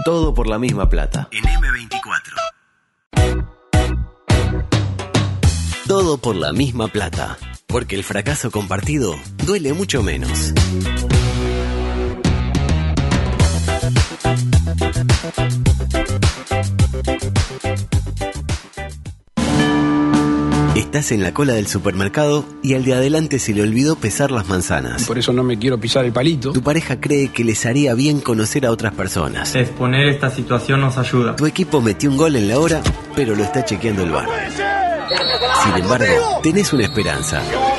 Todo por la misma plata. En M24. Todo por la misma plata. Porque el fracaso compartido duele mucho menos. Estás en la cola del supermercado y al de adelante se le olvidó pesar las manzanas. Por eso no me quiero pisar el palito. Tu pareja cree que les haría bien conocer a otras personas. Exponer esta situación nos ayuda. Tu equipo metió un gol en la hora, pero lo está chequeando el VAR. Sin embargo, tenés una esperanza.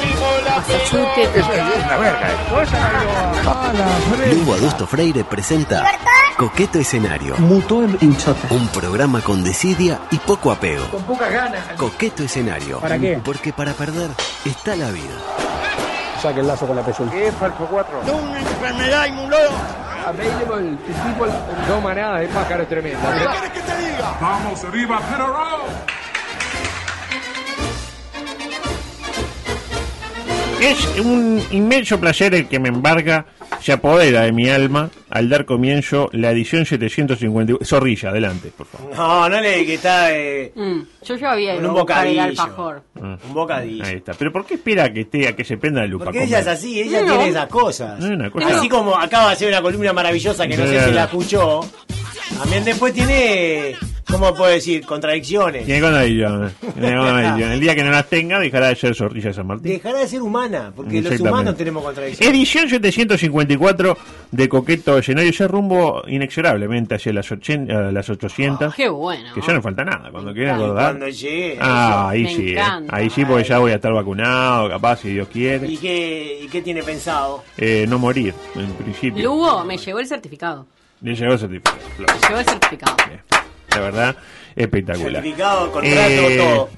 Lugo Adusto Freire presenta Coqueto Escenario. Un programa con desidia y poco apego. Con pocas ganas. Coqueto Escenario. ¿Para qué? Porque para perder está la vida. Saque el lazo con la pezuña. ¿Qué es Falso 4? ¡No, una enfermedad inmunóloga! Available to people. No manada de pájaros tremenda. ¿Qué quieres que te diga? ¡Vamos arriba, Penarol! Es un inmenso placer el que me embarga, se apodera de mi alma al dar comienzo la edición 750. Zorrilla, adelante, por favor. No le que está Yo ya había con ido un a buscar el bocadillo. alfajor. Un bocadillo. Ahí está. Pero ¿por qué espera que esté a que se prenda la lupa? Porque ella es así, ella tiene esas cosas. No es una cosa. Así como acaba de hacer una columna maravillosa que no sé si la escuchó. También después tiene, ¿cómo puedo decir? Contradicciones. Tiene contradicciones. El día que no las tenga, dejará de ser Zorrilla de San Martín. Dejará de ser humana, porque los Exactamente. humanos tenemos contradicciones. Edición 754 de Coqueto Escenario, ya rumbo inexorablemente hacia las 800. Qué bueno. Que ya no falta nada, cuando quieran acordar. Cuando llegue. Ahí Me sí, encanta. ahí sí, porque ya voy a estar vacunado, capaz, si Dios quiere. ¿Y qué tiene pensado? No morir, en principio. Lugo, me llegó el certificado. Le llegó el certificado. Me llegó el certificado. Bien. La verdad, espectacular. Certificado, contrato,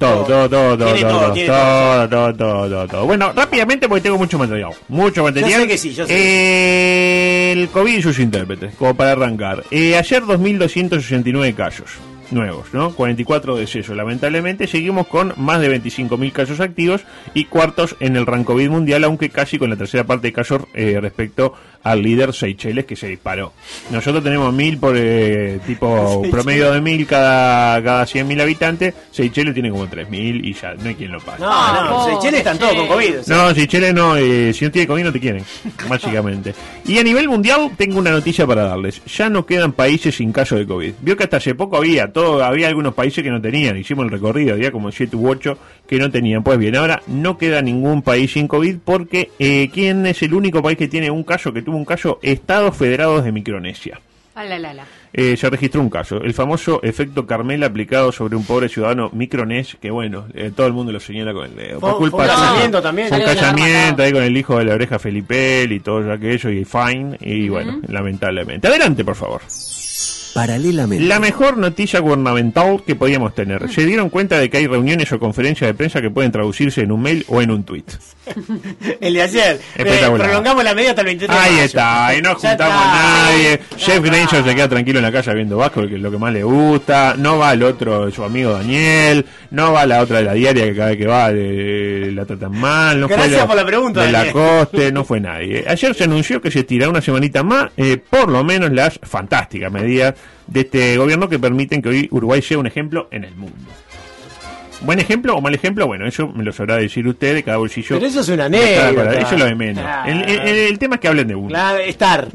todo. Bueno, rápidamente porque tengo mucho material. Yo sé que sí, yo sé. El COVID y sus intérpretes, como para arrancar. Ayer 2.269 casos nuevos, ¿no? 44 decesos. Lamentablemente seguimos con más de 25.000 casos activos y cuartos en el Rancovid mundial, aunque casi con la tercera parte de casos respecto al líder Seychelles, que se disparó. Nosotros tenemos 1.000 por tipo promedio de 1.000 cada 100.000 habitantes. Seychelles tiene como 3.000 y ya no hay quien lo pague. No, Seychelles están todos con COVID. O sea. No, Seychelles no, si no tiene COVID no te quieren, básicamente. Y a nivel mundial tengo una noticia para darles. Ya no quedan países sin caso de COVID. Vio que hasta hace poco había algunos países que no tenían. Hicimos el recorrido, había como 7 u 8 que no tenían. Pues bien, ahora no queda ningún país sin COVID porque ¿quién es el único país que tiene un caso, que tuvo un caso? Estados Federados de Micronesia. Se registró un caso, el famoso efecto Carmela aplicado sobre un pobre ciudadano micronés, que bueno, todo el mundo lo señala con el dedo. Por culpa fue un de casamiento también. un casamiento ahí con el hijo de la oreja Felipel y todo aquello, y Fine, y bueno, lamentablemente. Adelante, por favor. Paralelamente. La mejor noticia gubernamental que podíamos tener. Se dieron cuenta de que hay reuniones o conferencias de prensa que pueden traducirse en un mail o en un tweet. El de ayer. Espectacular. Prolongamos la medida hasta el 23 de Ahí mayo. está, y no juntamos a nadie. Jeff Grainger se queda tranquilo en la casa viendo básquet, que es lo que más le gusta. No va el otro, su amigo Daniel. No va la otra de la diaria, que cada vez que va la tratan mal. No Gracias fue por la pregunta, de Daniel. Lacoste, no fue nadie. Ayer se anunció que se estirará una semanita más, por lo menos las fantásticas medidas de este gobierno que permiten que hoy Uruguay sea un ejemplo en el mundo. ¿Buen ejemplo o mal ejemplo? Bueno, eso me lo sabrá decir usted de cada bolsillo. Pero eso es una anécdota. Eso es lo de menos. El tema es que hablen de uno. Estar.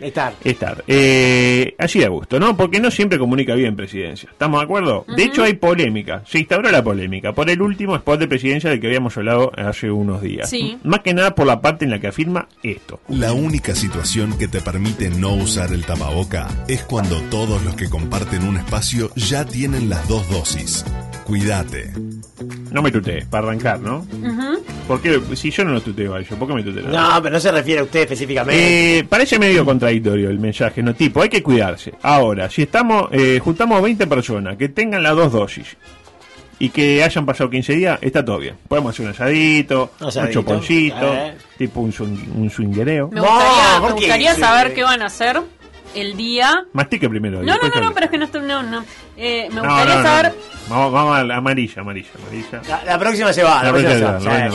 Así de gusto, ¿no? Porque no siempre comunica bien presidencia. ¿Estamos de acuerdo? De hecho, hay polémica. Se instauró la polémica por el último spot de presidencia del que habíamos hablado hace unos días. Sí. Más que nada por la parte en la que afirma esto. La única situación que te permite no usar el tapaboca es cuando todos los que comparten un espacio ya tienen las 2 dosis. Cuídate. No me tutees, para arrancar, ¿no? ¿Por qué? Si yo no lo tuteo a ellos, ¿por qué me tuteo? No, pero no se refiere a usted específicamente. Parece medio contradictorio el mensaje, ¿no? Tipo, hay que cuidarse. Ahora, si juntamos 20 personas que tengan las 2 dosis y que hayan pasado 15 días, está todo bien. Podemos hacer un asadito, un choponcito, tipo un swinguereo. Me gustaría saber qué van a hacer el día. Mastique primero. No, pero es que no estoy. Me gustaría saber. Vamos a la amarilla. La próxima se va.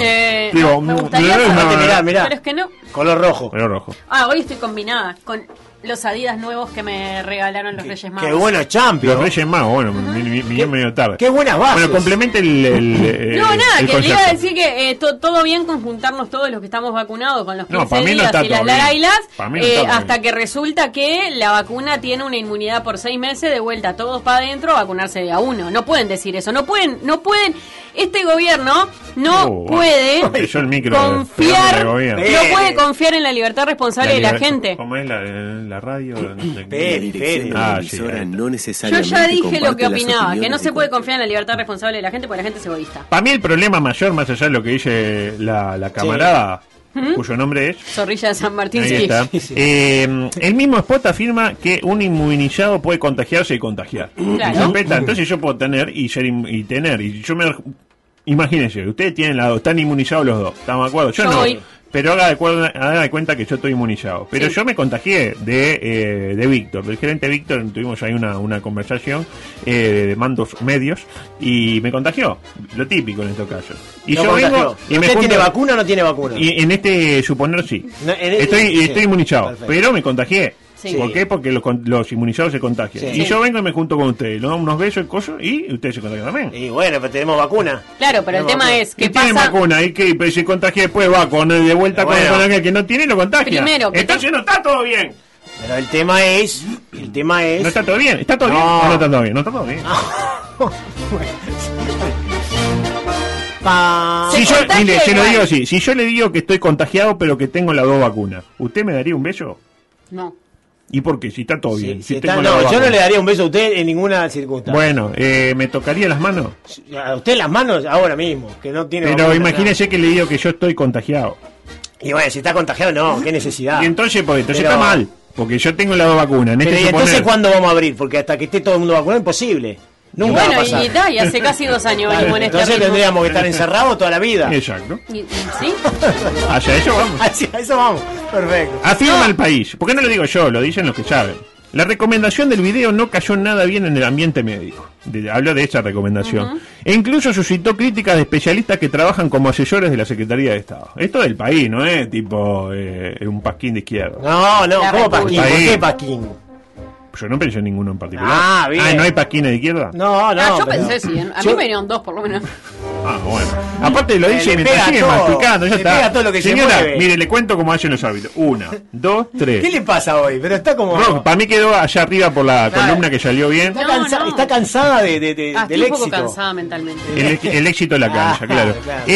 Me gustaría saber. Mirá. Pero es que no. Color rojo. Hoy estoy combinada con los Adidas nuevos que me regalaron los Reyes Magos. Qué bueno, Champions. Los Reyes Magos, bueno, medio tarde. Qué buenas bases. Bueno, complemente no, nada, el que le iba a decir que todo bien con juntarnos todos los que estamos vacunados con los 15 días y las larailas, hasta que resulta que la vacuna tiene una inmunidad por 6 meses, de vuelta todos para adentro a vacunarse de a uno. No pueden decir eso, no pueden. Este gobierno no puede confiar en la libertad responsable de la gente. ¿Cómo es la radio? No necesariamente. Yo ya dije lo que opinaba, que no se puede confiar en la libertad responsable de la gente porque la gente es egoísta. Para mí el problema mayor, más allá de lo que dice la camarada, cuyo nombre es Zorrilla de San Martín. Ahí está. El mismo spot afirma que un inmunizado puede contagiarse y contagiar. Claro. Entonces yo puedo tener y tener. Y yo imagínense, ustedes tienen las dos, están inmunizados los dos. ¿Estamos de acuerdo? Yo no. Pero haga de cuenta que yo estoy inmunizado. Pero yo me contagié de Víctor, del gerente Víctor. Tuvimos ahí una conversación de mandos medios y me contagió. Lo típico en estos casos. Y yo vengo y ¿Usted tiene vacuna o no tiene vacuna? Y en este suponer sí. Estoy inmunizado, perfecto. Pero me contagié. Sí. ¿Por qué? Porque los inmunizados se contagian. Sí. Y yo vengo y me junto con ustedes, nos damos unos besos, el coso, y ustedes se contagian también. Y bueno, pero tenemos vacuna. Claro, pero el tema es que tienen vacuna, y que si contagia después va de vuelta con el que no tiene, lo contagia. Primero, entonces no está todo bien. Pero el tema es... ¿No está todo bien? ¿Está todo bien? No, no está todo bien. No está todo bien. Se lo digo así. Si yo le digo que estoy contagiado, pero que tengo las 2 vacunas, ¿usted me daría un beso? No. ¿Y por qué? Si está todo bien. Yo no le daría un beso a usted en ninguna circunstancia. Bueno, ¿me tocaría las manos? A usted las manos ahora mismo, que no tiene... Pero imagínese que le digo que yo estoy contagiado. Y bueno, si está contagiado, no, qué necesidad. Y entonces está mal, porque yo tengo las 2 vacunas. ¿Y entonces cuándo vamos a abrir? Porque hasta que esté todo el mundo vacunado es imposible. Nunca bueno, y hace casi 2 años venimos en este entonces ritmo. Tendríamos que estar encerrados toda la vida. Exacto. ¿Sí? Hacia eso vamos. Hacia eso vamos. Perfecto. Afirma el país. ¿Por qué no lo digo yo? Lo dicen los que saben. La recomendación del video no cayó nada bien en el ambiente médico. Hablo de esa recomendación. E incluso suscitó críticas de especialistas que trabajan como asesores de la Secretaría de Estado. Esto del país, no es tipo un pasquín de izquierda. No, ¿cómo pasquín? ¿Por qué pasquín? Yo no pensé en ninguno en particular. Bien. ¿No hay pasquines de izquierda? No. Yo pensé sí. A mí me vinieron 2 por lo menos. Bueno. Aparte lo dice mientras sigue masticando, ya está. Todo lo que señora, mire, le cuento cómo hacen los árbitros. 1, 2, 3. ¿Qué le pasa hoy? Pero está como... No, para mí quedó allá arriba por la columna que salió bien. Está cansada del éxito. Un poco cansada mentalmente. El éxito de la cancha, claro.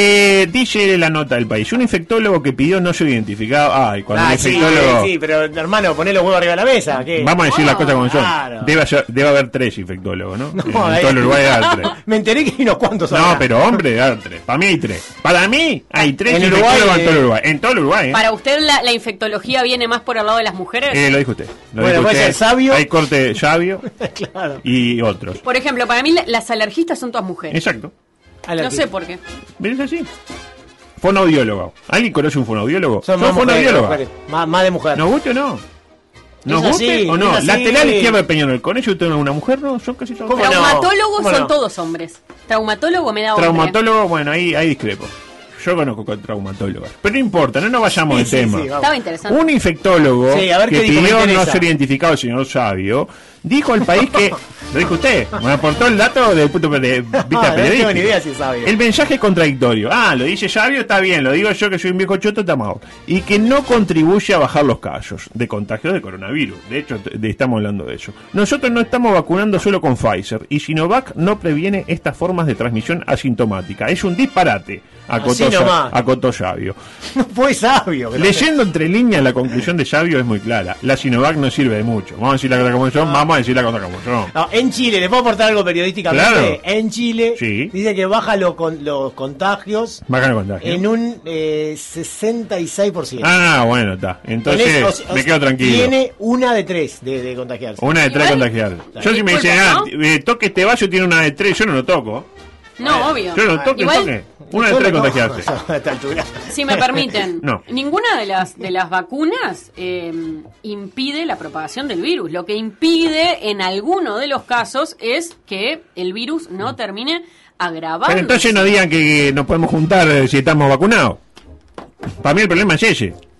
Dice la nota del país. Un infectólogo que pidió no ser identificado. Cuando el infectólogo... Sí, pero hermano, poné los huevos arriba de la mesa. ¿Qué? Vamos a decir las cosas como son. Claro. Debe haber 3 infectólogos, ¿no? En todo el Uruguay hay 3. Me enteré que hay unos cuantos. No, pero hombre, hay 3. Para mí hay 3. Para mí hay 3 infectólogos en todo el Uruguay. En todo el Uruguay. ¿Para usted la infectología viene más por el lado de las mujeres? Lo dijo usted. Puede ser sabio. Hay corte sabio. Claro. Y otros. Por ejemplo, para mí las alergistas son todas mujeres. Exacto. No sé por qué. ¿Ves así? Fonoaudiólogo. ¿Alguien conoce un fonoaudiólogo? Son fonoaudiólogos. Más de mujer. ¿Nos guste o no? ¿Nos guste o no? Lateral izquierdo de Peñarol. ¿Con ello usted una mujer? No, son casi todos. Traumatólogos son todos hombres. Traumatólogo me da hombre. Traumatólogo, bueno, ahí discrepo. Yo conozco con traumatólogas. Pero no importa, no nos vayamos del tema. Estaba interesante. Un infectólogo que pidió no ser identificado, el señor Sabio, dijo al país que... Lo dijo usted, me aportó el dato desde el punto de vista periodístico. No tengo ni idea si es Sabio. El mensaje es contradictorio. Lo dice Sabio, está bien. Lo digo yo que soy un viejo choto, está mal. Y que no contribuye a bajar los casos de contagio de coronavirus. De hecho, estamos hablando de eso. Nosotros no estamos vacunando solo con Pfizer. Y Sinovac no previene estas formas de transmisión asintomática. Es un disparate. Acotó Sabio. No fue Sabio. Leyendo entre líneas la conclusión de Sabio es muy clara. La Sinovac no sirve de mucho. Vamos a decir la cosa como son, vamos a decir la cosa como son. En Chile, ¿le puedo aportar algo periodísticamente? Claro. En Chile dice que baja los contagios. Baja los contagios. En un 66%. Bueno, está. Entonces me quedo tranquilo. Tiene 1 de 3 de contagiarse. 1 de 3 contagiarse. Yo si me dicen, toque este vaso, tiene 1 de 3, yo no lo toco. No, obvio. Yo no toque, toque. 1 de 3 contagiarse. Si me permiten, no. Ninguna de las vacunas impide la propagación del virus. Lo que impide en alguno de los casos es que el virus no termine agravando. Pero entonces no digan que nos podemos juntar si estamos vacunados. Para mí el problema es ese.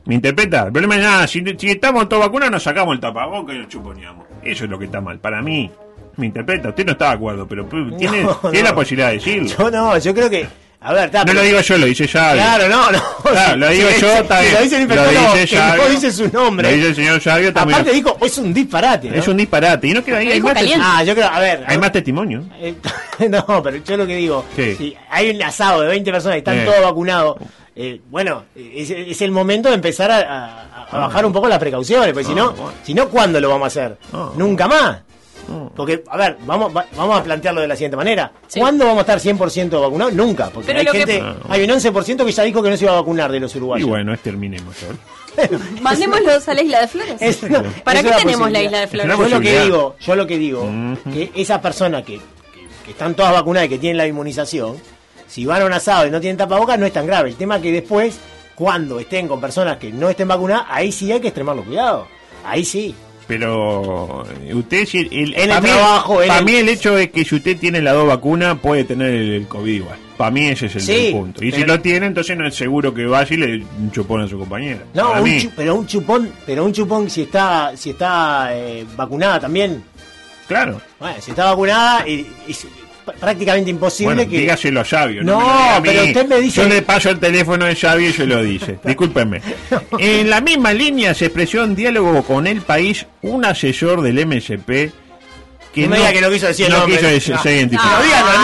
¿Me interpreta? El problema es nada, si estamos todos vacunados nos sacamos el tapabocas y nos chuponeamos. Eso es lo que está mal, para mí. ¿Me interpreta? Usted no está de acuerdo, pero tiene la posibilidad de decirlo. Yo creo que... A ver, no lo digo yo, lo dice Xavi. Claro, Claro, lo digo yo, está bien. Lo dice el inspector, que no dice su nombre. Lo dice el señor Xavi también. Aparte dijo, es un disparate, ¿no? Es un disparate. Y no queda ahí, hay más testimonio. Yo creo, a ver. Hay más testimonio. No, pero yo lo que digo, ¿qué? Si hay un asado de 20 personas y están todos vacunados, bueno, es el momento de empezar a bajar un poco las precauciones, porque si no, ¿cuándo lo vamos a hacer? Nunca más. Porque, a ver, vamos a plantearlo de la siguiente manera. Sí. ¿Cuándo vamos a estar 100% vacunados? Nunca, porque hay un 11% que ya dijo que no se iba a vacunar de los uruguayos. Y bueno, terminemos. Mandémoslos a la Isla de Flores. ¿Para qué tenemos la Isla de Flores? Yo lo que digo, que esas personas que están todas vacunadas y que tienen la inmunización, si van a un asado y no tienen tapabocas, no es tan grave. El tema es que después, cuando estén con personas que no estén vacunadas, ahí sí hay que extremar los cuidados. Ahí sí. Pero usted para mí el hecho es que si usted tiene las 2 vacunas puede tener el COVID igual. Para mí ese es el punto. Y si lo tiene, entonces no es seguro que vaya y le chupone a su compañera. No, pero un chupón si está vacunada también. Claro. Bueno, si está vacunada es prácticamente imposible que... dígaselo a Xavi. No, pero usted me dice... Yo le paso el teléfono de Xavi y se lo dice. Discúlpenme. En la misma línea se expresó en diálogo con El País un asesor del MSP que no diga que no quiso decir el nombre. No quiso ser identificado. No digan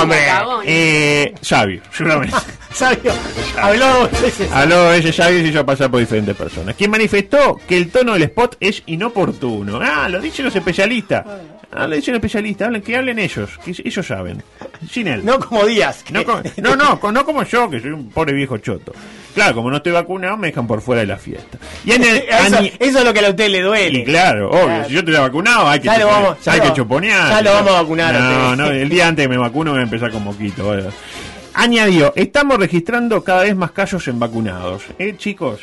el nombre. Xavi, seguramente. Xavi habló ese Xavi y se hizo pasar por diferentes personas. Quien manifestó que el tono del spot es inoportuno. Lo dicen los especialistas. Lo dicen los especialistas. Que hablen ellos, que ellos saben. Sin él. No como Díaz. No como yo, que soy un pobre viejo choto. Claro, como no estoy vacunado, me dejan por fuera de la fiesta. Y eso es lo que a usted le duele. Y claro, obvio, si yo estoy vacunado, hay que chuponear. Ya lo vamos a vacunar. No, el día antes que me vacuno me voy a empezar con moquito. ¿Vale? Añadió, estamos registrando cada vez más casos en vacunados. Chicos,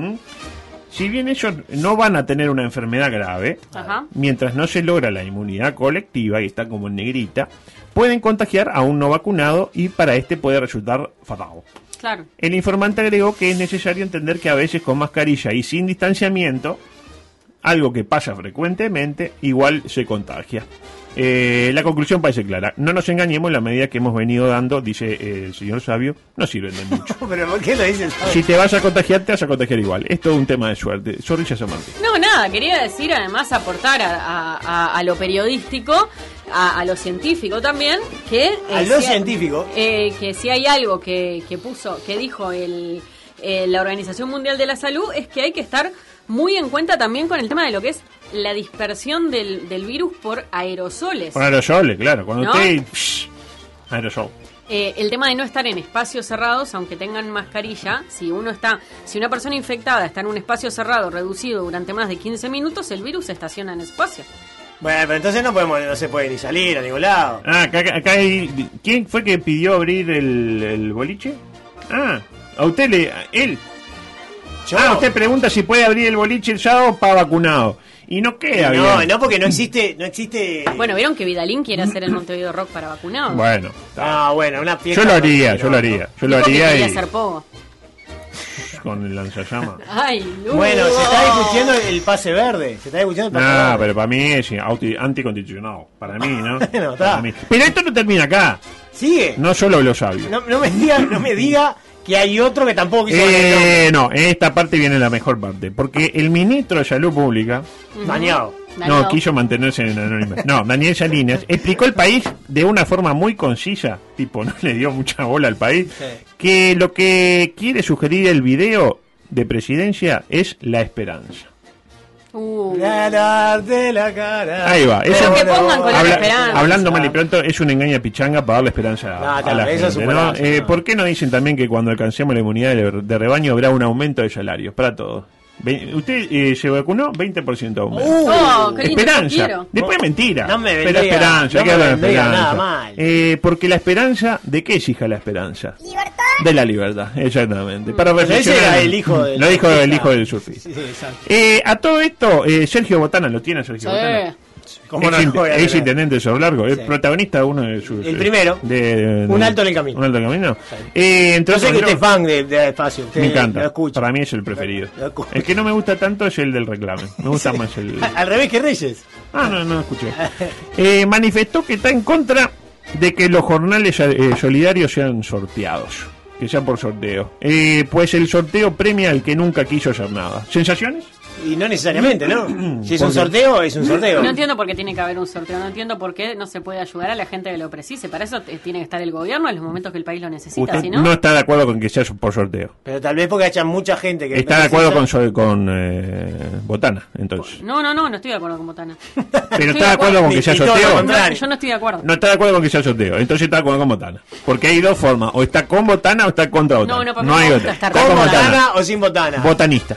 si bien ellos no van a tener una enfermedad grave, mientras no se logra la inmunidad colectiva, y está como en negrita, pueden contagiar a un no vacunado y para puede resultar fatal. Claro. El informante agregó que es necesario entender que a veces con mascarilla y sin distanciamiento, algo que pasa frecuentemente, igual se contagia. La conclusión parece clara. No nos engañemos, la medida que hemos venido dando, dice el señor Sabio, no sirven de mucho. ¿Pero por qué lo dice el Sabio? Si te vas a contagiar, te vas a contagiar igual. Es todo un tema de suerte. Zorrilla Samartín. No, nada, quería decir, además, aportar a lo periodístico, a lo científico también, que... científico. Que si hay algo que dijo la Organización Mundial de la Salud, es que hay que estar muy en cuenta también con el tema de lo que es la dispersión del virus por aerosoles. Por aerosoles, claro. Cuando usted... aerosol. El tema de no estar en espacios cerrados, aunque tengan mascarilla, si una persona infectada está en un espacio cerrado reducido durante más de 15 minutos, el virus se estaciona en espacio. Bueno, pero entonces no se puede ni salir a ningún lado. Acá hay... ¿Quién fue que pidió abrir el boliche? A usted él. Usted pregunta si puede abrir el boliche el sábado para vacunado. Y no queda bien. No, porque no existe... Bueno, ¿vieron que Vidalín quiere hacer el Montevideo Rock para vacunados? Bueno. Una fiesta... Yo lo haría y... hacer pogo. Con el lanzallamas. Bueno, se está discutiendo el pase verde. Pero para mí es anticonstitucional. Para mí, ¿no? Bueno, para mí. Pero esto no termina acá. Sigue. No solo lo sabio. No me diga que hay otro que tampoco quiso... No, en esta parte viene la mejor parte. Porque el ministro de Salud Pública... Dañado. No, quiso mantenerse en anonimato. No, Daniel Salinas explicó el país de una forma muy concisa, no le dio mucha bola al país, que lo que quiere sugerir el video de presidencia es la esperanza. Ganarte la cara. Ahí va. Eso que pongan con la esperanza. Hablando mal y pronto, es una engaña pichanga para darle esperanza a la gente, ¿no? ¿Por qué no dicen también que cuando alcancemos la inmunidad de rebaño habrá un aumento de salarios para todos? ¿Usted se vacunó? 20% aumento. Esperanza. Después mentira. Pero esperanza. Hay que hablar de esperanza. Nada mal. Porque la esperanza, ¿de qué es hija la esperanza? ¿Libertad? De la libertad, exactamente. Para reflexionar. Ese era el hijo del hijo del surfista. A todo esto, Sergio Botana, ¿lo tiene Sergio Botana? Es intendente de Cerro Largo, es protagonista de uno de sus... El primero, Un alto en el camino. Un alto en el camino. Entonces, sé que usted es fan de Espacio. Me encanta, para mí es el preferido. El que no me gusta tanto es el del reclame. Me gusta más el... Al revés que Reyes. No escuché. Manifestó que está en contra de que los jornales solidarios sean sorteados. Que sean por sorteo. Pues el sorteo premia al que nunca quiso hacer nada. ¿Sensaciones? Y no necesariamente, ¿no? Si es un sorteo, es un sorteo. No entiendo por qué tiene que haber un sorteo. No entiendo por qué no se puede ayudar a la gente que lo precise. Para eso tiene que estar el gobierno en los momentos que el país lo necesita. ¿Usted no está de acuerdo con que sea por sorteo? Pero tal vez porque haya mucha gente que... ¿Está de acuerdo con Botana, entonces? No estoy de acuerdo con Botana. ¿Pero está de acuerdo con que sea sorteo? Yo no estoy de acuerdo. No está de acuerdo con que sea sorteo, entonces está de acuerdo con Botana. Porque hay dos formas, o está con Botana o está contra Botana. No hay otra. ¿Con Botana o sin Botana? Botanista.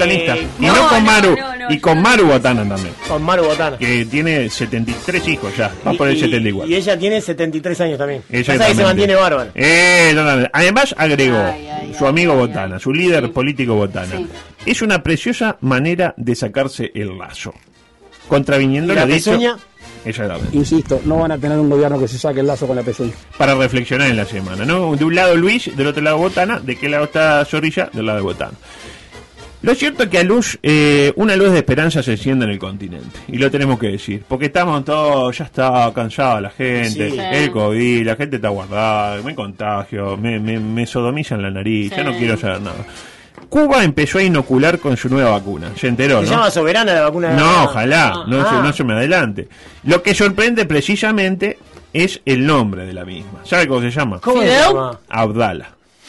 Y no con Maru. Y con Maru Botana también. Con Maru Botana. Que tiene 73 hijos ya. Va por el 74. Y ella tiene 73 años también. Ella que se mantiene bárbaro. Además agregó su amigo Botana, su líder político Botana. Sí. Es una preciosa manera de sacarse el lazo. Contraviniendo lo dicho. Exactamente. Insisto, no van a tener un gobierno que se saque el lazo con la pezuña. Para reflexionar en la semana, ¿no? De un lado Luis, del otro lado Botana. ¿De qué lado está Zorrilla? Del lado de Botana. Lo cierto es que una luz de esperanza se enciende en el continente, y lo tenemos que decir, porque estamos todos, ya está cansada la gente, el COVID, la gente está guardada, me contagio, me sodomizan la nariz, ya no quiero saber nada. Cuba empezó a inocular con su nueva vacuna, se enteró, ¿no? ¿Se llama Soberana la vacuna? No, ojalá, no se me adelante. Lo que sorprende precisamente es el nombre de la misma. ¿Sabe cómo se llama? ¿Cómo se llama? Abdala.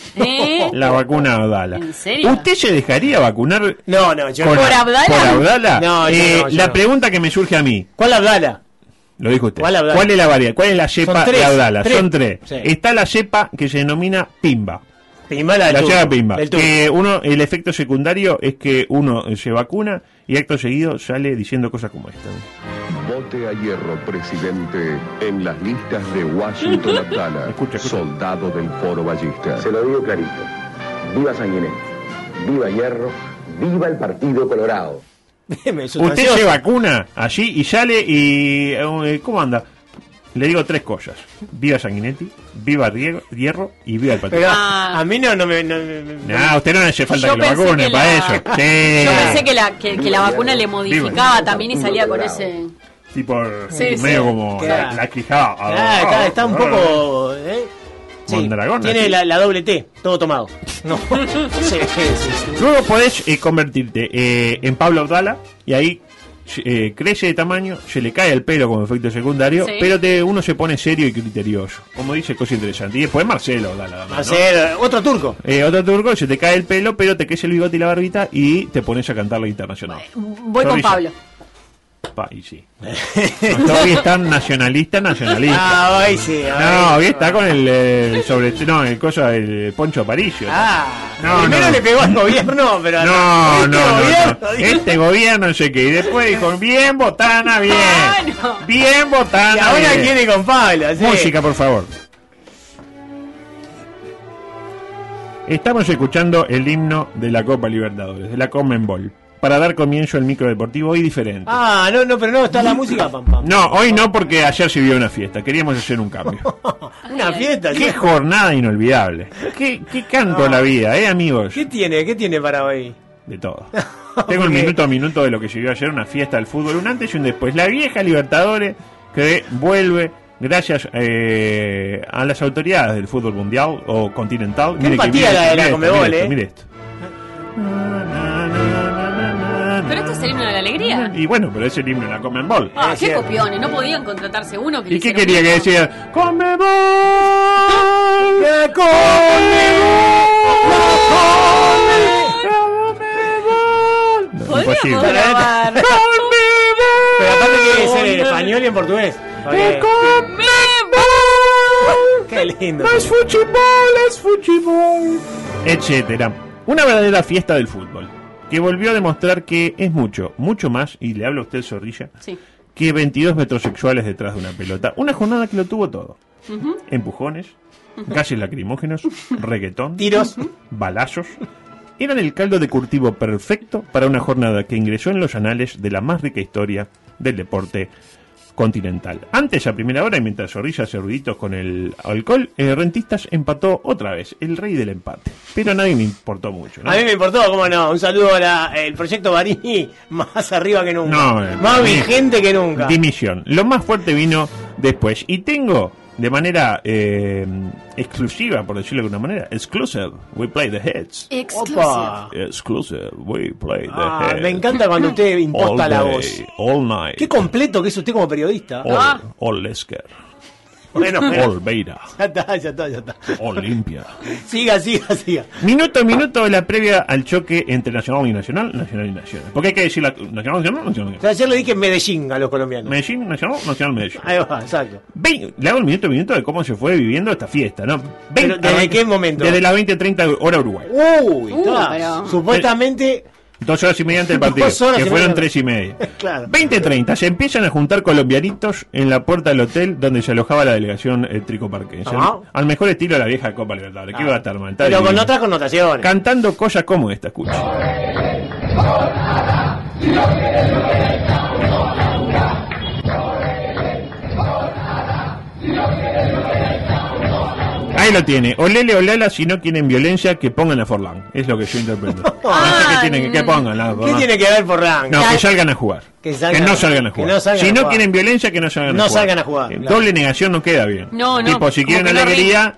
La vacuna Abdala. ¿En serio? ¿Usted se dejaría vacunar? No, yo ¿Por Abdala? ¿Por Abdala? No, yo la pregunta que me surge a mí. ¿Cuál Abdala? Lo dijo usted. ¿Cuál es la variedad? ¿Cuál es la cepa de Abdala? Son tres. Sí. Está la cepa que se denomina Pimba. Pimba, la cepa Pimba. El efecto secundario es que uno se vacuna y acto seguido sale diciendo cosas como esta. Vote a Hierro, presidente, en las listas de Washington Abdala, soldado del Foro Ballista. Se lo digo clarito. Viva Sanguinetti, viva Hierro, viva el Partido Colorado. Usted se vacuna allí y sale y... ¿Cómo anda? Le digo tres cosas. Viva Sanguinetti, viva Hierro y viva el Partido. Pero a mí no me... No, usted no le hace falta que lo vacune para eso. Sí. Yo pensé que la vacuna le modificaba también y salía con ese... Tipo, medio como la quijada. Está un poco... Tiene la doble T, todo tomado. No. Luego podés convertirte en Pablo Abdala y ahí crece de tamaño, se le cae el pelo como efecto secundario, pero uno se pone serio y criterioso. Como dice, cosa interesante. Y después Marcelo Abdala. Marcelo, ¿no? Otro turco, se te cae el pelo, pero te crece el bigote y la barbita y te pones a cantar la internacional. Voy con Pablo. Y sí. No, hoy está nacionalista. Hoy sí. Hoy está con el coso del Poncho Aparicio. Primero le pegó al gobierno, pero no. Este gobierno no sé qué. Y después dijo, bien Botana, bien. Bien Botana. Y ahora quiere con Pablo. ¿Sí? Música, por favor. Estamos escuchando el himno de la Copa Libertadores, de la Conmebol, para dar comienzo al micro deportivo hoy diferente. Pero no está la música, pam. No, hoy no, porque ayer se vio una fiesta. Queríamos hacer un cambio. ¿Una fiesta? Qué jornada inolvidable. Qué canto la vida, amigos. ¿Qué tiene para hoy? De todo. Tengo el minuto a minuto de lo que se vio ayer, una fiesta del fútbol, un antes y un después. La vieja Libertadores que vuelve gracias a las autoridades del fútbol mundial o continental. Qué empatía la de la Conmebol, Mire esto. Pero esto es el himno de la alegría. Y bueno, pero es el himno de la Conmebol. Qué copiones, no podían contratarse uno que... ¿Y qué quería que decía? ¡Conmebol! ¡Que Conmebol! Podríamos grabar. Pero aparte tiene que ser en español y en portugués. ¡Que Conmebol! ¡Qué lindo! ¡Es fútbol! Etcétera. Una verdadera fiesta del fútbol, que volvió a demostrar que es mucho más, y le habla a usted Zorrilla, que 22 metrosexuales detrás de una pelota. Una jornada que lo tuvo todo. Empujones, gases lacrimógenos, reggaetón, tiros, balazos, eran el caldo de cultivo perfecto para una jornada que ingresó en los anales de la más rica historia del deporte continental. Antes, a primera hora, y mientras Zorrilla eruditos con el alcohol, Rentistas empató otra vez, el rey del empate. Pero a nadie me importó mucho, ¿no? A mí me importó, cómo no. Un saludo a el proyecto Barini, más arriba que nunca. Más vigente que nunca. Dimisión. Lo más fuerte vino después. Y tengo, de manera exclusiva, por decirlo de alguna manera, exclusive, we play the hits. Exclusive, we play the hits. Me encanta cuando usted imposta la voz. All night. Qué completo que es usted como periodista. All Lesker. Bueno, All Beira. Ya está. Olimpia. Siga. Minuto a minuto la previa al choque entre Nacional y Nacional. Porque hay que decir Nacional. O sea, ayer le dije Medellín a los colombianos. Medellín, Nacional, Medellín. Ahí va, exacto. Le hago el minuto a minuto de cómo se fue viviendo esta fiesta, ¿no? Pero, ¿desde qué momento? Desde las 20:30 hora Uruguay. Pero... Supuestamente... 2 horas y media antes del partido, que fueron 3:30. Claro. 20:30, se empiezan a juntar colombianitos en la puerta del hotel donde se alojaba la delegación tricoparquense. Al mejor estilo de la vieja Copa Libertadores, que iba a estar mal. Pero con otras connotaciones. Cantando cosas como esta, escucha. Ahí lo tiene. Olele, olala, si no quieren violencia, que pongan a Forlán. Es lo que yo interpreto. Que pongan a Forlán. ¿Qué tiene que ver Forlán? No, que salgan a jugar. Que no salgan a jugar. Si no quieren violencia, que no salgan a jugar. No salgan a jugar. Doble negación no queda bien. No. Tipo, si quieren alegría...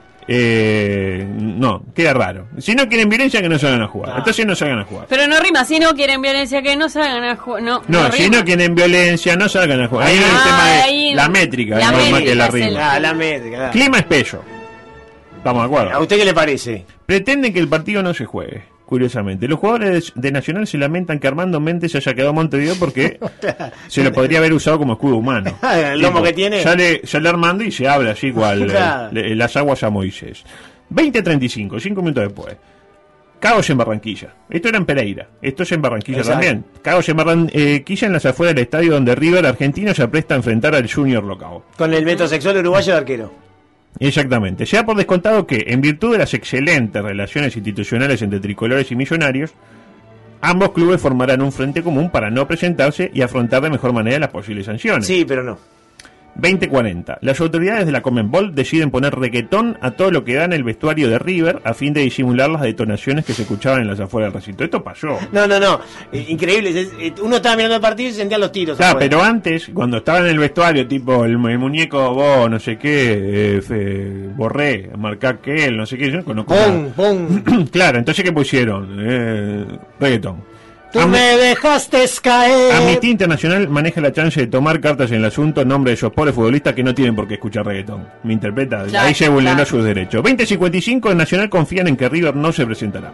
no, queda raro. Si no quieren violencia, que no salgan a jugar. Entonces no salgan a jugar. Pero no rima, si no quieren violencia, que no salgan a jugar. No si no quieren violencia, no salgan a jugar. Ahí es el tema de la métrica, más que la rima. La métrica. Clima espeso. ¿Estamos de acuerdo? ¿A usted qué le parece? Pretende que el partido no se juegue, curiosamente. Los jugadores de Nacional se lamentan que Armando Méndez se haya quedado en Montevideo porque se lo podría haber usado como escudo humano. El lomo que tiene. Sale Armando y se abre así cual las aguas a Moisés. 20:35, 5 minutos después. Caos en Barranquilla. Esto era en Pereira. Esto es en Barranquilla también. Caos en Barranquilla, en las afueras del estadio donde River argentino se apresta a enfrentar al Junior Locao. Con el metrosexual uruguayo de arquero. Exactamente. Se da por descontado que, en virtud de las excelentes relaciones institucionales entre tricolores y millonarios, ambos clubes formarán un frente común para no presentarse y afrontar de mejor manera las posibles sanciones. Sí, pero no. 20:40. Las autoridades de la Conmebol deciden poner reggaetón a todo lo que da en el vestuario de River a fin de disimular las detonaciones que se escuchaban en las afueras del recinto. Esto pasó. No. Increíble. Uno estaba mirando el partido y se sentían los tiros. Claro, pero antes, cuando estaba en el vestuario, tipo el muñeco vos, no sé qué, Borré, marcá que él, no sé qué, yo no conozco nada. Claro, entonces ¿qué pusieron? Reggaetón. Tú me dejaste caer. Amnistía Internacional maneja la chance de tomar cartas en el asunto en nombre de esos pobres futbolistas que no tienen por qué escuchar reggaetón. ¿Me interpreta? Ahí se vulneró sus derechos. 20:55, en Nacional confían en que River no se presentará.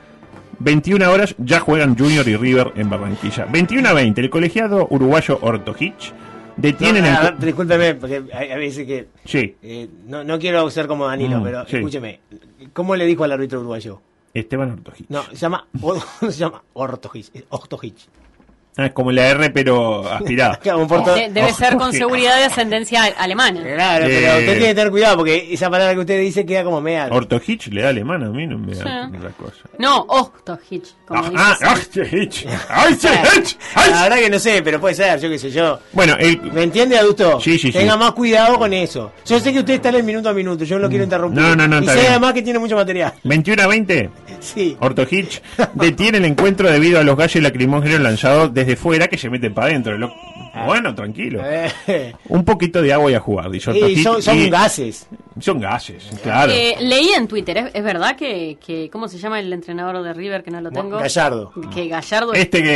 21 horas, ya juegan Junior y River en Barranquilla. 21:20, el colegiado uruguayo Ortojich detienen discúlpeme, porque a veces que... Sí. No quiero ser como Danilo, pero escúcheme. ¿Cómo le dijo al árbitro uruguayo? Esteban Ortojich. No, se llama Ortojich. Es como la R, pero aspirada. Debe ser con seguridad de ascendencia alemana. Claro, pero usted tiene que tener cuidado porque esa palabra que usted dice queda como media. Ortojich le da alemán, a mí no me da la cosa. No, Ortojich. Ortojich. La verdad que no sé, pero puede ser, yo qué sé yo. Bueno, ¿me entiende, adulto? Sí. Tenga más cuidado con eso. Yo sé que usted está en el minuto a minuto, yo no lo quiero interrumpir. No, y sé además que tiene mucho material. 21:20. Sí. Ortojich detiene el encuentro debido a los gases lacrimógenos lanzados desde fuera que se meten para adentro. Bueno, tranquilo. Un poquito de agua y a jugar, dice Ortojich. Son gases. Son gases, claro. Leí en Twitter, ¿es verdad que ¿cómo se llama el entrenador de River que no lo tengo? Gallardo. Que Gallardo...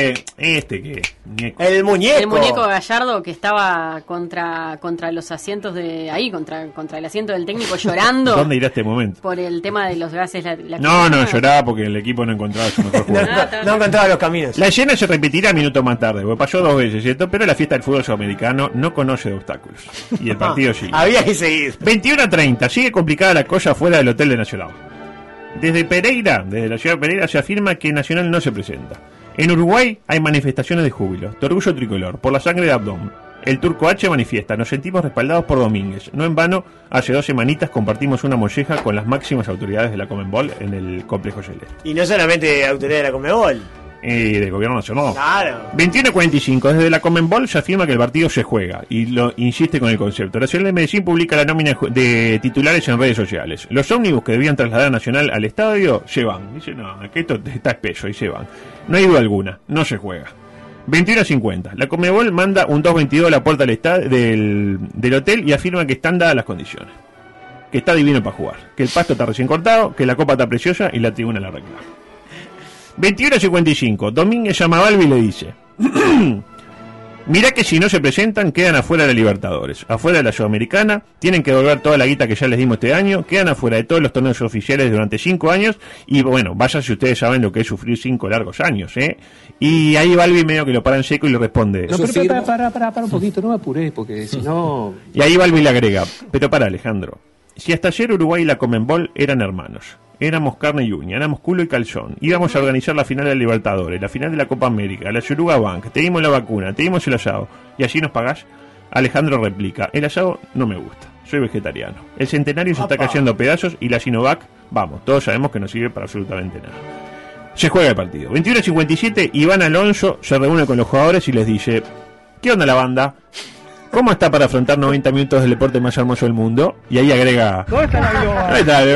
muñeco. El muñeco Gallardo que estaba contra los asientos de ahí, contra el asiento del técnico llorando. ¿Dónde irá este momento? Por el tema de los gases. No, lloraba porque el equipo no encontraba su mejor jugador. no encontraba los caminos. La escena se repetirá minutos más tarde, porque pasó 2 veces, ¿cierto? Pero la fiesta del fútbol sudamericano no conoce de obstáculos. Y el partido sigue. Había que seguir. 21:30. Sigue complicada la cosa fuera del hotel de Nacional. Desde la ciudad de Pereira, se afirma que Nacional no se presenta. En Uruguay hay manifestaciones de júbilo, de orgullo tricolor, por la sangre de Abdón. El Turco H manifiesta: nos sentimos respaldados por Domínguez. No en vano, hace 2 semanitas compartimos una molleja con las máximas autoridades de la Conmebol en el Complejo Celeste. Y no solamente autoridades de la Conmebol. Del Gobierno Nacional. Claro. 21:45. Desde la Conmebol se afirma que el partido se juega y lo insiste con el concepto. La Nacional de Medellín publica la nómina de titulares en redes sociales. Los ómnibus que debían trasladar a Nacional al estadio se van. Dice, no, que esto está espeso y se van. No hay duda alguna, no se juega. 21:50. La Conmebol manda un 222 a la puerta del hotel y afirma que están dadas las condiciones. Que está divino para jugar. Que el pasto está recién cortado, que la copa está preciosa y la tribuna la reclama. 21:55. Domínguez llama a Balbi y le dice: mirá que si no se presentan quedan afuera de la Libertadores, afuera de la Sudamericana, tienen que devolver toda la guita que ya les dimos este año, quedan afuera de todos los torneos oficiales durante 5 años y bueno, vaya si ustedes saben lo que es sufrir 5 largos años, Y ahí Balbi medio que lo para en seco y le responde: no, pero para un poquito, no me apuré porque si no... Y ahí Balbi le agrega: pero para, Alejandro, si hasta ayer Uruguay y la Conmebol eran hermanos, éramos carne y uña, éramos culo y calzón, íbamos a organizar la final de la Libertadores, la final de la Copa América, la Yoruga Bank, te dimos la vacuna, te dimos el asado, y allí nos pagás. Alejandro replica: el asado no me gusta, soy vegetariano. El centenario se está cayendo a pedazos y la Sinovac, vamos, todos sabemos que no sirve para absolutamente nada. Se juega el partido. 21:57, Iván Alonso se reúne con los jugadores y les dice: ¿qué onda la banda? ¿Cómo está para afrontar 90 minutos del deporte más hermoso del mundo? Y ahí agrega: ¿dónde está la Globa? ¿Dónde está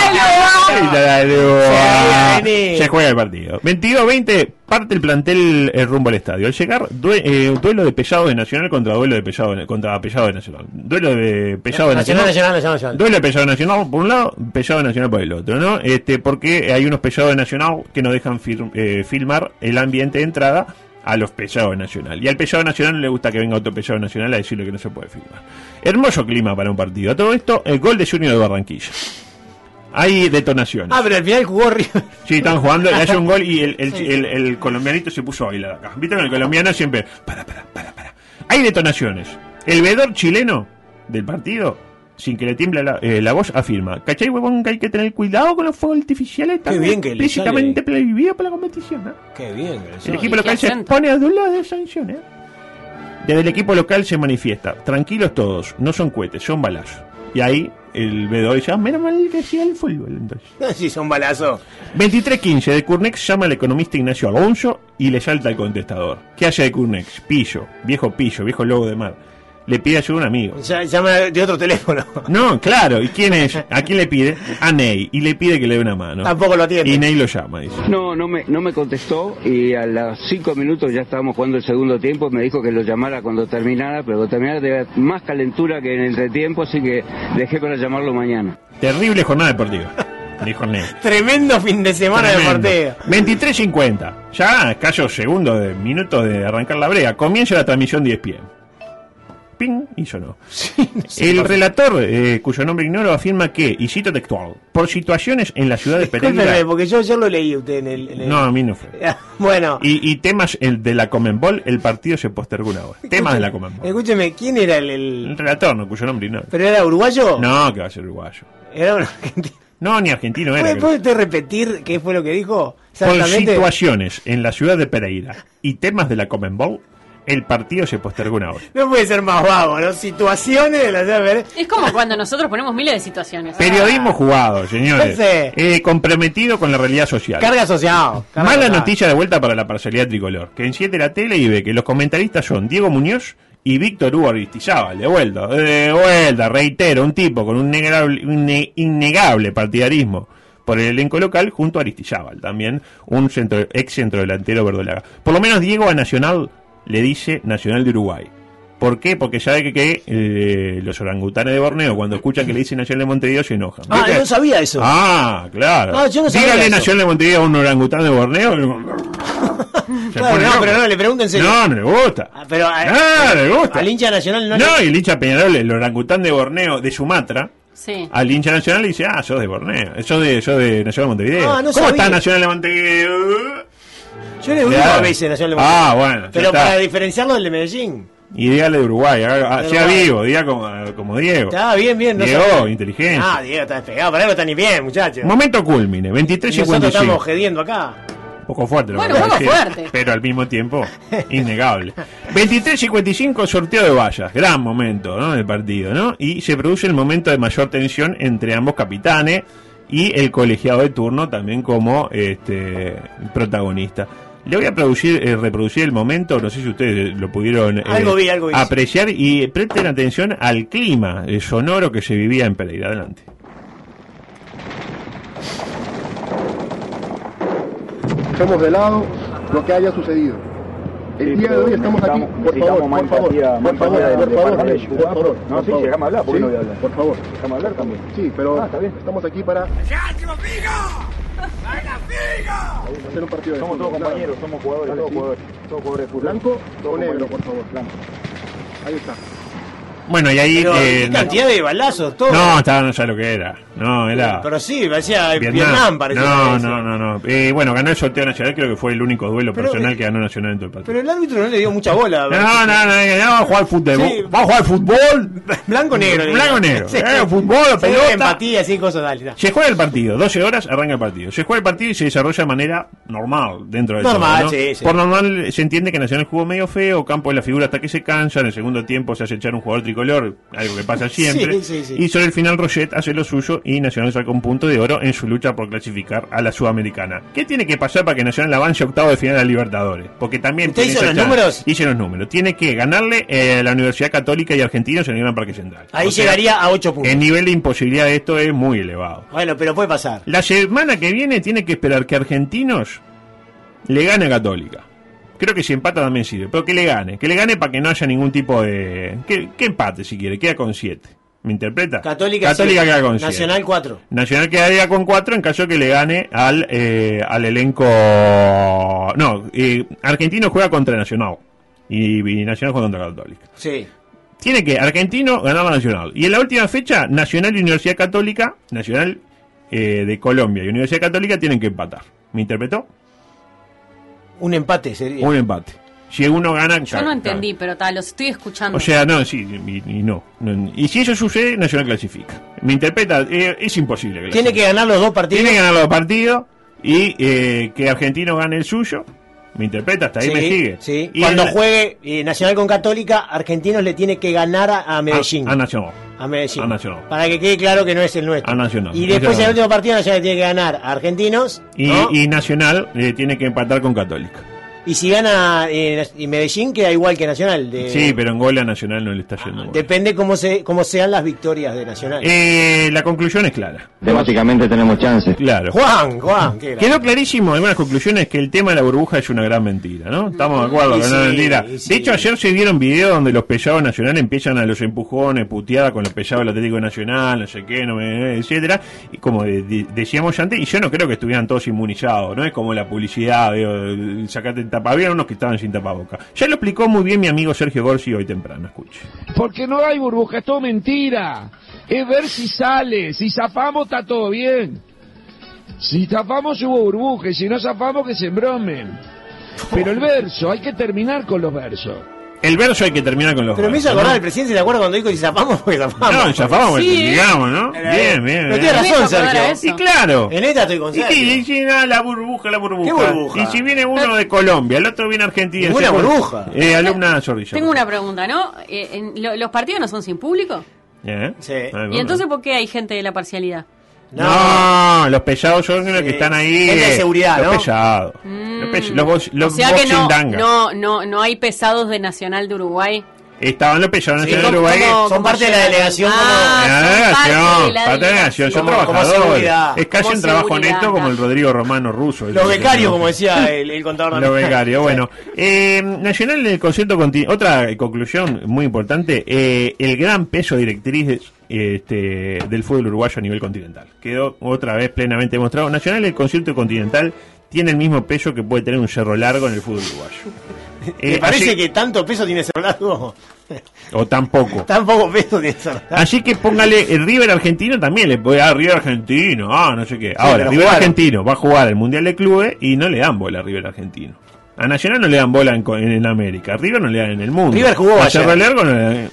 la Globa? Se juega el partido. 22:20, parte el plantel rumbo al estadio. Al llegar, duelo de Pellado de Nacional contra Pellado de Nacional. Duelo de Pellado de Nacional. Duelo de Pellado de Nacional por un lado, Pellado de Nacional por el otro, ¿no? Porque hay unos Pellados de Nacional que no dejan filmar el ambiente de entrada a los Pellados de Nacional. Y al Pellado Nacional no le gusta que venga otro Pellado Nacional a decirle que no se puede filmar. Hermoso clima para un partido. A todo esto, el gol de Junior de Barranquilla. Hay detonaciones. Pero al final jugó River. Sí, están jugando, le hace un gol y el colombianito se puso a bailar acá. Viste que el colombiano siempre... Para. Hay detonaciones. El veedor chileno del partido, sin que le tiemble la voz, afirma: ¿cachai, huevón, que hay que tener cuidado con los fuegos artificiales? Qué bien que le sale. Explícitamente prohibido por la competición, ¿no? Qué bien que le sale. El equipo local se pone a duelo de sanciones. Desde el equipo local se manifiesta: tranquilos todos, no son cohetes, son balazos. Y ahí el veedor dice: menos mal que hacía el fútbol entonces. Sí, son balazos. 23:15, de Curnex llama al economista Ignacio Alonso y le salta el contestador. ¿Qué hace de Curnex? Pillo, viejo lobo de mar. Le pide ayuda a un amigo. Llama de otro teléfono. No, claro. ¿Y quién es? ¿A quién le pide? A Ney. Y le pide que le dé una mano. Tampoco lo atiende. Y Ney lo llama, dice. No me contestó y a los 5 minutos ya estábamos jugando el segundo tiempo. Me dijo que lo llamara cuando terminara, pero cuando terminara tenía más calentura que en el entretiempo, así que dejé para llamarlo mañana. Terrible jornada deportiva, dijo Ney. Tremendo fin de semana deportiva. 23:50. Ya escasos minutos de arrancar la brea. Comienza la transmisión de ESPN. Ping, y sonó. Sí, el relator, cuyo nombre ignoro, afirma que, y cito textual: por situaciones en la ciudad de Pereira... porque yo lo leí usted en el... No, a mí no fue. Bueno. Y temas de la Conmebol, el partido se postergó una hora. Temas de la Conmebol. Escúcheme, ¿quién era el relator, no, cuyo nombre ignoro? ¿Pero era uruguayo? No, que va a ser uruguayo. Era un argentino. No, ni argentino era. ¿Puede usted repetir qué fue lo que dijo? Por situaciones en la ciudad de Pereira y temas de la Conmebol, el partido se postergó una hora. No puede ser más vago, ¿no? Situaciones de la ciudad de Pereira. Es como cuando nosotros ponemos miles de situaciones. Periodismo jugado, señores. Comprometido con la realidad social. Carga social. Mala noticia de vuelta para la parcialidad tricolor, que enciende la tele y ve que los comentaristas son Diego Muñoz y Víctor Hugo Aristizábal. De vuelta, reitero, un tipo con un innegable partidarismo por el elenco local, junto a Aristizábal, también un ex centrodelantero verdolaga. Por lo menos Diego a Nacional le dice Nacional de Uruguay. ¿Por qué? Porque sabe que los orangutanes de Borneo, cuando escuchan que le dicen Nacional de Montevideo, se enojan. Ah, yo no sabía eso. Ah, claro. No, yo no sabía. Dígale eso. Nacional de Montevideo a un orangután de Borneo. Claro, no, pero no, le pregunto en serio. No le gusta. Pero le gusta. Al hincha nacional no. No, y el hincha Peñarol, el orangután de Borneo, de Sumatra. Sí. Al hincha nacional le dice: sos de Borneo, sos de Nacional de Montevideo. Ah, no ¿Cómo sabía. está Nacional de Montevideo? Yo le digo a veces Nacional de Montevideo. Ah, bueno. Pero para diferenciarlo del de Medellín. Y dígale de Uruguay, sea vivo, diga como Diego. Está bien. No Diego, inteligencia. Ah, Diego está despegado, para algo está ni bien, muchachos. Momento culmine, 23:55. Nosotros estamos gediendo acá. Poco fuerte, bueno, poco fuerte. Pero al mismo tiempo, innegable. 23:55, sorteo de vallas. Gran momento, ¿no? Del partido, ¿no? Y se produce el momento de mayor tensión entre ambos capitanes y el colegiado de turno también como protagonista. Le voy a reproducir el momento, no sé si ustedes lo pudieron algo vi. apreciar, y presten atención al clima sonoro que se vivía en Pereira. Adelante. Dejemos de lado lo que haya sucedido. El día de hoy estamos aquí, por favor. No, sí, llegamos a hablar, ¿por qué no voy a hablar? Por favor. ¿Dejamos a hablar también? Sí, pero está bien. Estamos aquí para... hacer un partido de fútbol. Somos todos compañeros, somos jugadores, todos jugadores de fútbol. ¿Blanco o negro, por favor? Blanco. Ahí está. Bueno, y ahí... ¿qué cantidad de balazos? Todo. No, no sabía lo que era. No, era... Pero sí, parecía Vietnam parecía. No. Bueno, ganó el sorteo nacional, creo que fue el único duelo personal que ganó Nacional en todo el partido. Pero el árbitro no le dio mucha bola. No, vamos a jugar fútbol. Sí. Vamos a jugar fútbol. Blanco-negro. Blanco-negro. Sí. Fútbol, pelota. Empatía, así, cosas, dale. Se juega el partido, 12 horas arranca el partido. Se juega el partido y se desarrolla de manera normal dentro del normal, todo, ¿no? Sí. Por normal se entiende que Nacional jugó medio feo, Campo de la figura hasta que se cansa, en el segundo tiempo se hace echar un jugador tricolor, algo que pasa siempre. Sí. Y sobre el final Roget hace lo suyo y Nacional saca un punto de oro en su lucha por clasificar a la Sudamericana. ¿Qué tiene que pasar para que Nacional avance a octavo de final de la Libertadores? Porque también ¿usted hizo los números? Hice los números. Tiene que ganarle a la Universidad Católica y Argentinos en el Gran Parque Central. Ahí llegaría a 8 puntos. El nivel de imposibilidad de esto es muy elevado. Bueno, pero puede pasar. La semana que viene tiene que esperar que Argentinos le gane a Católica. Creo que si empata también sirve, pero que le gane para que no haya ningún tipo de... Que empate si quiere, queda con 7. ¿Me interpreta? Católica queda con 7. Nacional 4. Nacional quedaría con 4 en caso que le gane al elenco... No, Argentino juega contra Nacional y Nacional juega contra Católica. Sí. Tiene que Argentino ganar a Nacional. Y en la última fecha, Nacional y Universidad Católica, Nacional de Colombia y Universidad Católica tienen que empatar. ¿Me interpretó? Un empate sería. Un empate. Si uno gana... Yo no entendí, pero los estoy escuchando. O sea, no, sí, y no. Y si eso sucede, Nacional clasifica. ¿Me interpreta? Es imposible. Tiene que ganar los dos partidos. Tiene que ganar los dos partidos y que Argentino gane el suyo. ¿Me interpreta? Hasta ahí me sigue. Sí. Y cuando juegue Nacional con Católica, Argentinos le tiene que ganar a Medellín. A Nacional. A Medellín. A Nacional. Para que quede claro que no es el nuestro. A Nacional. Y después en el último partido Nacional tiene que ganar a Argentinos. Y Nacional tiene que empatar con Católica. Y si gana y Medellín queda igual que Nacional. Sí, pero en gol a Nacional no le está yendo. Depende cómo sean las victorias de Nacional. La conclusión es clara. Temáticamente tenemos chances. Claro. Juan. Quedó clarísimo algunas conclusiones que el tema de la burbuja es una gran mentira, ¿no? Estamos de acuerdo que no es mentira. De hecho, ayer se vieron videos donde los pellados Nacional empiezan a los empujones, puteada con los pellados del Atlético Nacional, no sé qué, etcétera. Y como decíamos antes, y yo no creo que estuvieran todos inmunizados, ¿no? Es como la publicidad, sacate había unos que estaban sin tapaboca. Ya lo explicó muy bien mi amigo Sergio Gorsi hoy temprano, escuche. Porque no hay burbuja, es todo mentira. Es ver si sale, si zafamos está todo bien. Si zafamos hubo burbuja y si no zafamos que se embromen. Pero el verso, hay que terminar con los versos. El verso hay que terminar con los Pero me hizo acordar, el presidente se acuerda cuando dijo si zafamos, porque zafamos. No, zafamos, digamos, ¿no? Bien. Pero tiene razón, Sergio. Y claro. En esta estoy con Sergio. Y si la burbuja. ¿Qué burbuja? Y si viene uno de Colombia, el otro viene Argentina. ¿Ninguna burbuja? Alumna Zorrilla. Tengo una pregunta, ¿no? ¿Los partidos no son sin público? Sí. ¿Y entonces por qué hay gente de la parcialidad? No, los pesados son los que están ahí. Gente de seguridad, los ¿no? pesados. Los o sea que boxing no hay pesados de Nacional de Uruguay. Estaban los pesados Nacional de Uruguay. Son parte de la delegación. Parte de la delegación. Son trabajadores. Es casi un trabajo neto como el Rodrigo Romano ruso. Los becarios, como decía el contador. Los becarios, bueno. Nacional en el concierto otra conclusión muy importante, el gran peso directriz del fútbol uruguayo a nivel continental. Quedó otra vez plenamente demostrado. Nacional en el concierto continental tiene el mismo peso que puede tener un Cerro Largo en el fútbol uruguayo. ¿Te parece que tanto peso tiene Cerro Largo? O tan poco. Tan poco peso tiene Cerro Largo. Así que póngale el River Argentino también, le puede dar River Argentino, no sé qué. Ahora, River Argentino va a jugar el Mundial de Clubes y no le dan bola a River Argentino. A Nacional no le dan bola en América, a River no le dan en el mundo. River jugó a Cerro Largo no le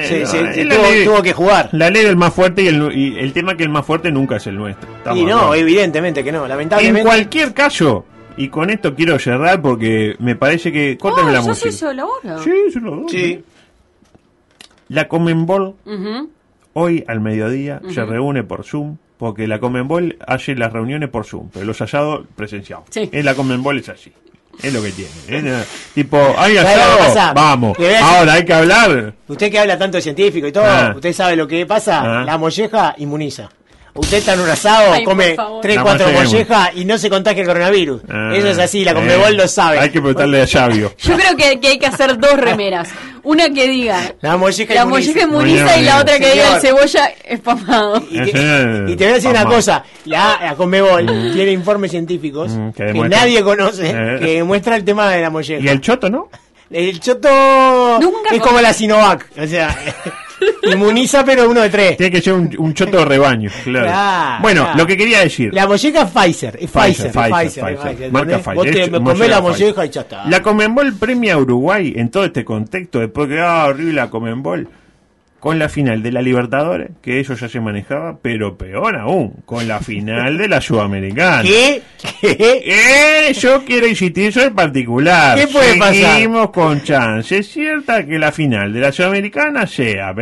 dan. Tuvo que jugar. La ley del más fuerte y el tema que el más fuerte nunca es el nuestro. Y no, evidentemente que no, lamentablemente. En cualquier caso, Y con esto quiero cerrar porque me parece que... Córtame la música. ¿Ya se hizo la hora? Sí, se lo doy. Sí. La Conmebol, hoy al mediodía, se reúne por Zoom, porque la Conmebol hace las reuniones por Zoom, pero los asados presenciados. Sí. La Conmebol es así. Es lo que tiene. Tipo, hay asado, vamos. Ahora hay que hablar. Usted que habla tanto de científico y todo, usted sabe lo que pasa. La molleja inmuniza. Usted está en un asado, come 3, 4 mollejas y no se contagia el coronavirus. Eso es así, la Conmebol lo sabe. Hay que preguntarle a Xavio. Yo creo que hay que hacer 2 remeras. Una que diga la molleja inmuniza y la otra que diga el cebolla espamado. Y te voy a decir una cosa, la Conmebol tiene informes científicos que nadie conoce que demuestra el tema de la molleja. ¿Y el choto no? El choto es como la Sinovac, o sea... Inmuniza, pero 1 de 3. Tiene que ser un choto de rebaño, claro. Bueno, lo que quería decir. La molleja es Pfizer. Marca Pfizer. Vos te comés la molleja y ya está. La Conmebol premia a Uruguay en todo este contexto, después que horrible la Conmebol, con la final de la Libertadores, que eso ya se manejaba, pero peor aún, con la final de la Sudamericana. ¿Qué? Yo quiero insistir, eso en particular. ¿Qué puede pasar? Seguimos con chance. Es cierta que la final de la Sudamericana sea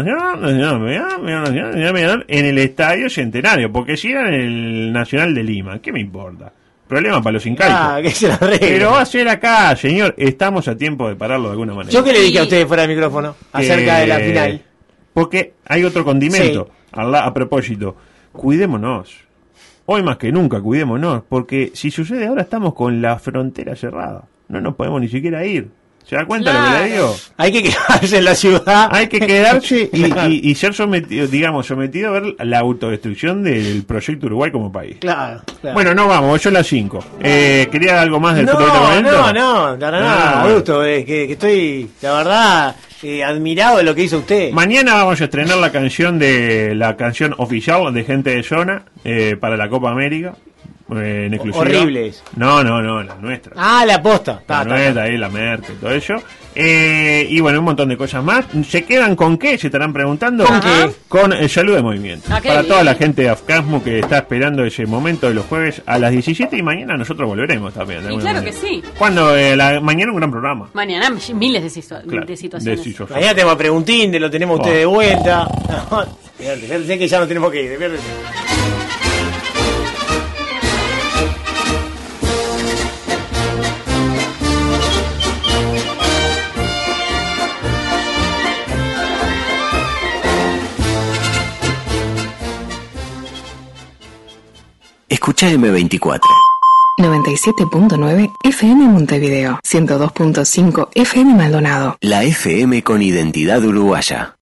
en el Estadio Centenario, porque si era en el Nacional de Lima, ¿qué me importa? Problema para los incautos. Que se la arregle. Pero va a ser acá, señor. Estamos a tiempo de pararlo de alguna manera. ¿Yo qué le dije a ustedes fuera del micrófono acerca de la final? Porque hay otro condimento. Sí. A propósito, cuidémonos. Hoy más que nunca, cuidémonos. Porque si sucede ahora, estamos con la frontera cerrada. No nos podemos ni siquiera ir. ¿Se da cuenta lo que le digo? Hay que quedarse en la ciudad. Hay que quedarse y ser sometido a ver la autodestrucción del proyecto Uruguay como país. Claro. Bueno, no vamos, yo las 5. ¿Quería algo más del fútbol de momento? No, nada, Augusto, que estoy, la verdad, admirado de lo que hizo usted. Mañana vamos a estrenar la canción oficial de Gente de Zona para la Copa América. En exclusiva. Horribles. No, la nuestra. La posta. La nuestra, ahí la Merkel, todo eso. Y bueno, un montón de cosas más. ¿Se quedan con qué? Se estarán preguntando. ¿Con qué? Con el Salud de Movimiento. Para toda la gente de Afcasmo que está esperando ese momento de los jueves a las 17 y mañana nosotros volveremos también. Y claro que sí. Cuando mañana un gran programa. Mañana miles de situaciones. Mañana tenemos a Preguntín, lo tenemos usted de vuelta. Sé que ya no tenemos que ir. Escucha M24. 97.9 FM Montevideo, 102.5 FM Maldonado. La FM con identidad uruguaya.